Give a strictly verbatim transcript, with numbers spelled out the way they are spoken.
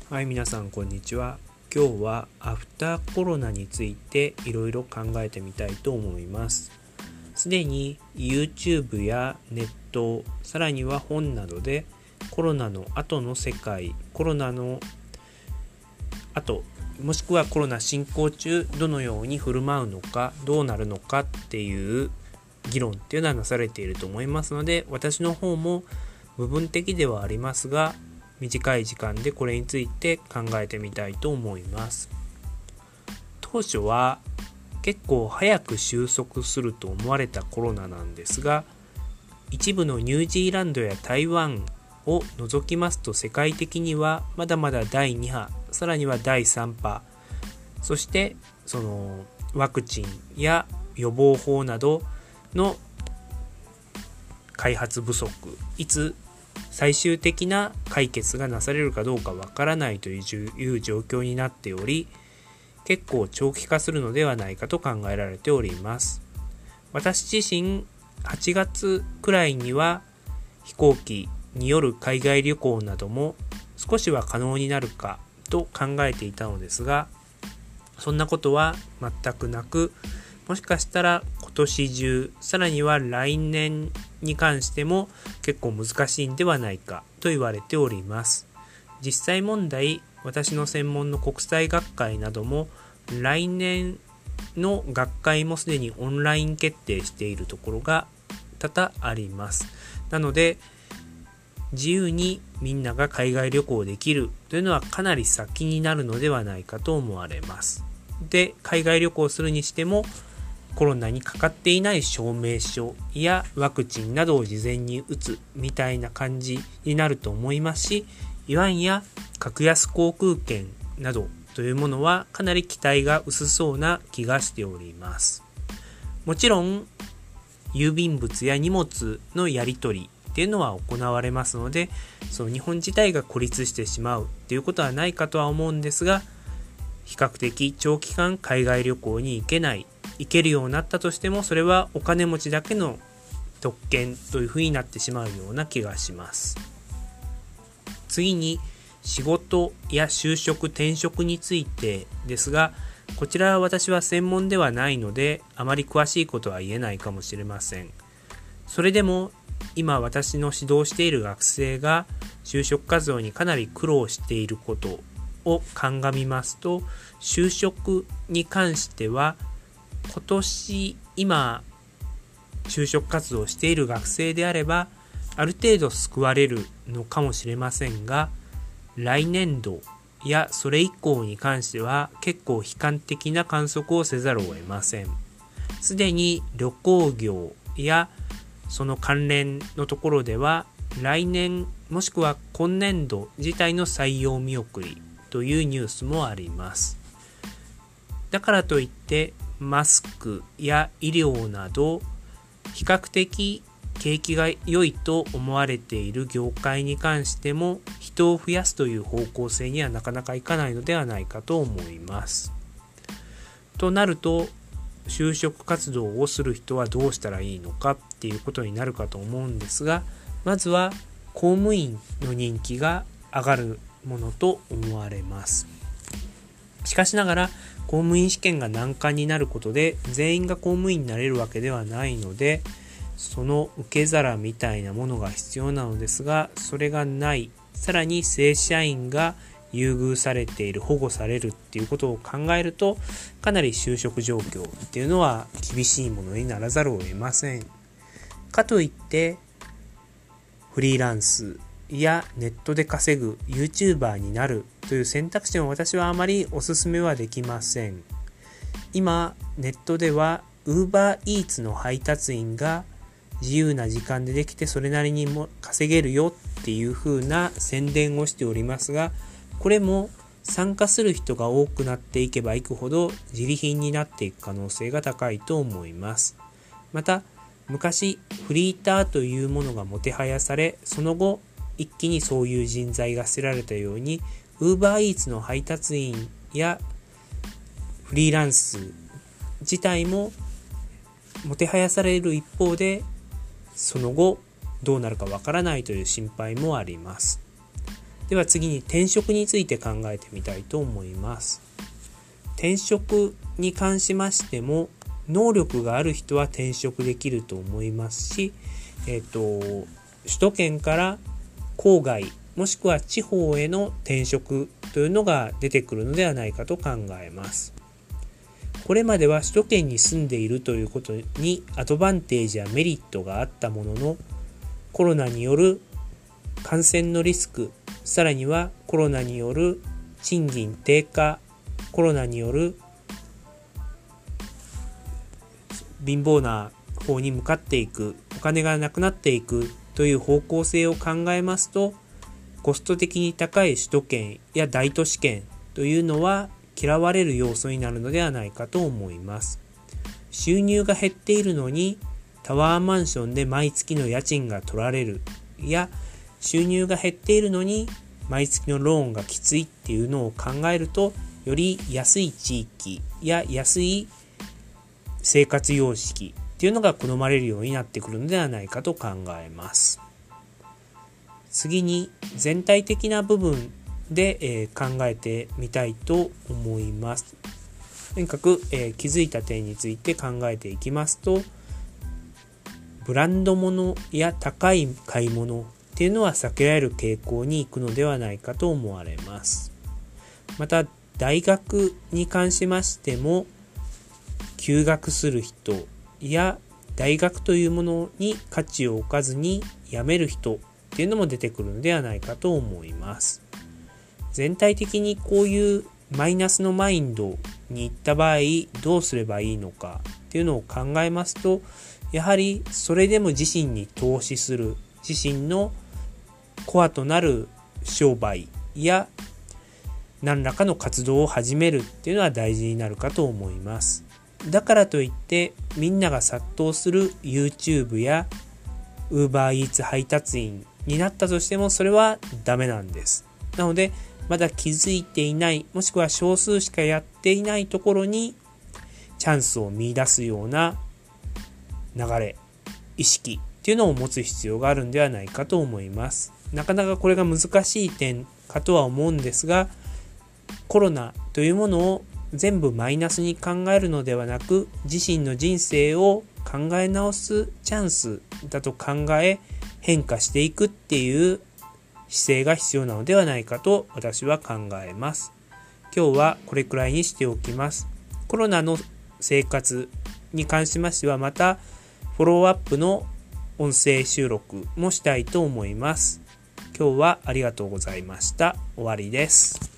はい、皆さんこんにちは。今日はアフターコロナについていろいろ考えてみたいと思います。すでに YouTube やネット、さらには本などでコロナの後の世界、コロナの後、もしくはコロナ進行中どのように振る舞うのか、どうなるのかっていう議論っていうのはなされていると思いますので、私の方も部分的ではありますが、短い時間でこれについて考えてみたいと思います。当初は結構早く収束すると思われたコロナなんですが、一部のニュージーランドや台湾を除きますと世界的にはまだまだだいに波、さらにはだいさん波、そしてそのワクチンや予防法などの開発不足、いつ最終的な解決がなされるかどうかわからないという状況になっており、結構長期化するのではないかと考えられております。私自身はちがつくらいには飛行機による海外旅行なども少しは可能になるかと考えていたのですが、そんなことは全くなく、もしかしたら今年中、さらには来年に関しても結構難しいんではないかと言われております。実際問題、私の専門の国際学会なども来年の学会もすでにオンライン決定しているところが多々あります。なので自由にみんなが海外旅行できるというのはかなり先になるのではないかと思われます。で、海外旅行するにしてもコロナにかかっていない証明書やワクチンなどを事前に打つみたいな感じになると思いますし、いわんや格安航空券などというものはかなり期待が薄そうな気がしております。もちろん郵便物や荷物のやり取りっていうのは行われますので、その日本自体が孤立してしまうっていうことはないかとは思うんですが、比較的長期間海外旅行に行けない、行けるようになったとしても、それはお金持ちだけの特権というふうになってしまうような気がします。次に仕事や就職転職についてですが、こちらは私は専門ではないのであまり詳しいことは言えないかもしれません。それでも今私の指導している学生が就職活動にかなり苦労していることを鑑みますと、就職に関しては今年今就職活動をしている学生であればある程度救われるのかもしれませんが、来年度やそれ以降に関しては結構悲観的な観測をせざるを得ません。すでに旅行業やその関連のところでは来年もしくは今年度自体の採用見送りというニュースもあります。だからといってマスクや医療など比較的景気が良いと思われている業界に関しても人を増やすという方向性にはなかなかいかないのではないかと思います。となると就職活動をする人はどうしたらいいのかっていうことになるかと思うんですが、まずは公務員の人気が上がるものと思われます。しかしながら公務員試験が難関になることで全員が公務員になれるわけではないので、その受け皿みたいなものが必要なのですが、それがない、さらに正社員が優遇されている、保護されるっていうことを考えると、かなり就職状況っていうのは厳しいものにならざるを得ません。かといってフリーランスやネットで稼ぐ YouTuber になるという選択肢を私はあまりお勧めはできません。今ネットでは UberEats の配達員が自由な時間でできてそれなりにも稼げるよっていう風な宣伝をしておりますが、これも参加する人が多くなっていけばいくほど自利品になっていく可能性が高いと思います。また昔フリーターというものがもてはやされ、その後一気にそういう人材が捨てられたように UberEats の配達員やフリーランス自体ももてはやされる一方で、その後どうなるかわからないという心配もあります。 では次に転職について考えてみたいと思います。転職に関しましても、能力がある人は転職できると思いますし、えっと、首都圏から郊外もしくは地方への転職というのが出てくるのではないかと考えます。これまでは首都圏に住んでいるということにアドバンテージやメリットがあったものの、コロナによる感染のリスク、さらにはコロナによる賃金低下、コロナによる貧乏な方に向かっていく、お金がなくなっていくという方向性を考えますと、コスト的に高い首都圏や大都市圏というのは嫌われる要素になるのではないかと思います。収入が減っているのにタワーマンションで毎月の家賃が取られる、や収入が減っているのに毎月のローンがきついっていうのを考えると、より安い地域や安い生活様式っていうのが好まれるようになってくるのではないかと考えます。次に全体的な部分で、えー、考えてみたいと思います。とにかく、えー、気づいた点について考えていきますと、ブランド物や高い買い物っていうのは避けられる傾向に行くのではないかと思われます。また大学に関しましても、休学する人や大学というものに価値を置かずに辞める人っていうのも出てくるのではないかと思います。全体的にこういうマイナスのマインドに行った場合どうすればいいのかっていうのを考えますと、やはりそれでも自身に投資する、自身のコアとなる商売や何らかの活動を始めるっていうのは大事になるかと思います。だからといってみんなが殺到する YouTube や Uber Eats 配達員になったとしてもそれはダメなんです。なのでまだ気づいていない、もしくは少数しかやっていないところにチャンスを見出すような流れ、意識っていうのを持つ必要があるんではないかと思います。なかなかこれが難しい点かとは思うんですが、コロナというものを全部マイナスに考えるのではなく、自身の人生を考え直すチャンスだと考え変化していくっていう姿勢が必要なのではないかと私は考えます。今日はこれくらいにしておきます。コロナの生活に関しましてはまたフォローアップの音声収録もしたいと思います。今日はありがとうございました。終わりです。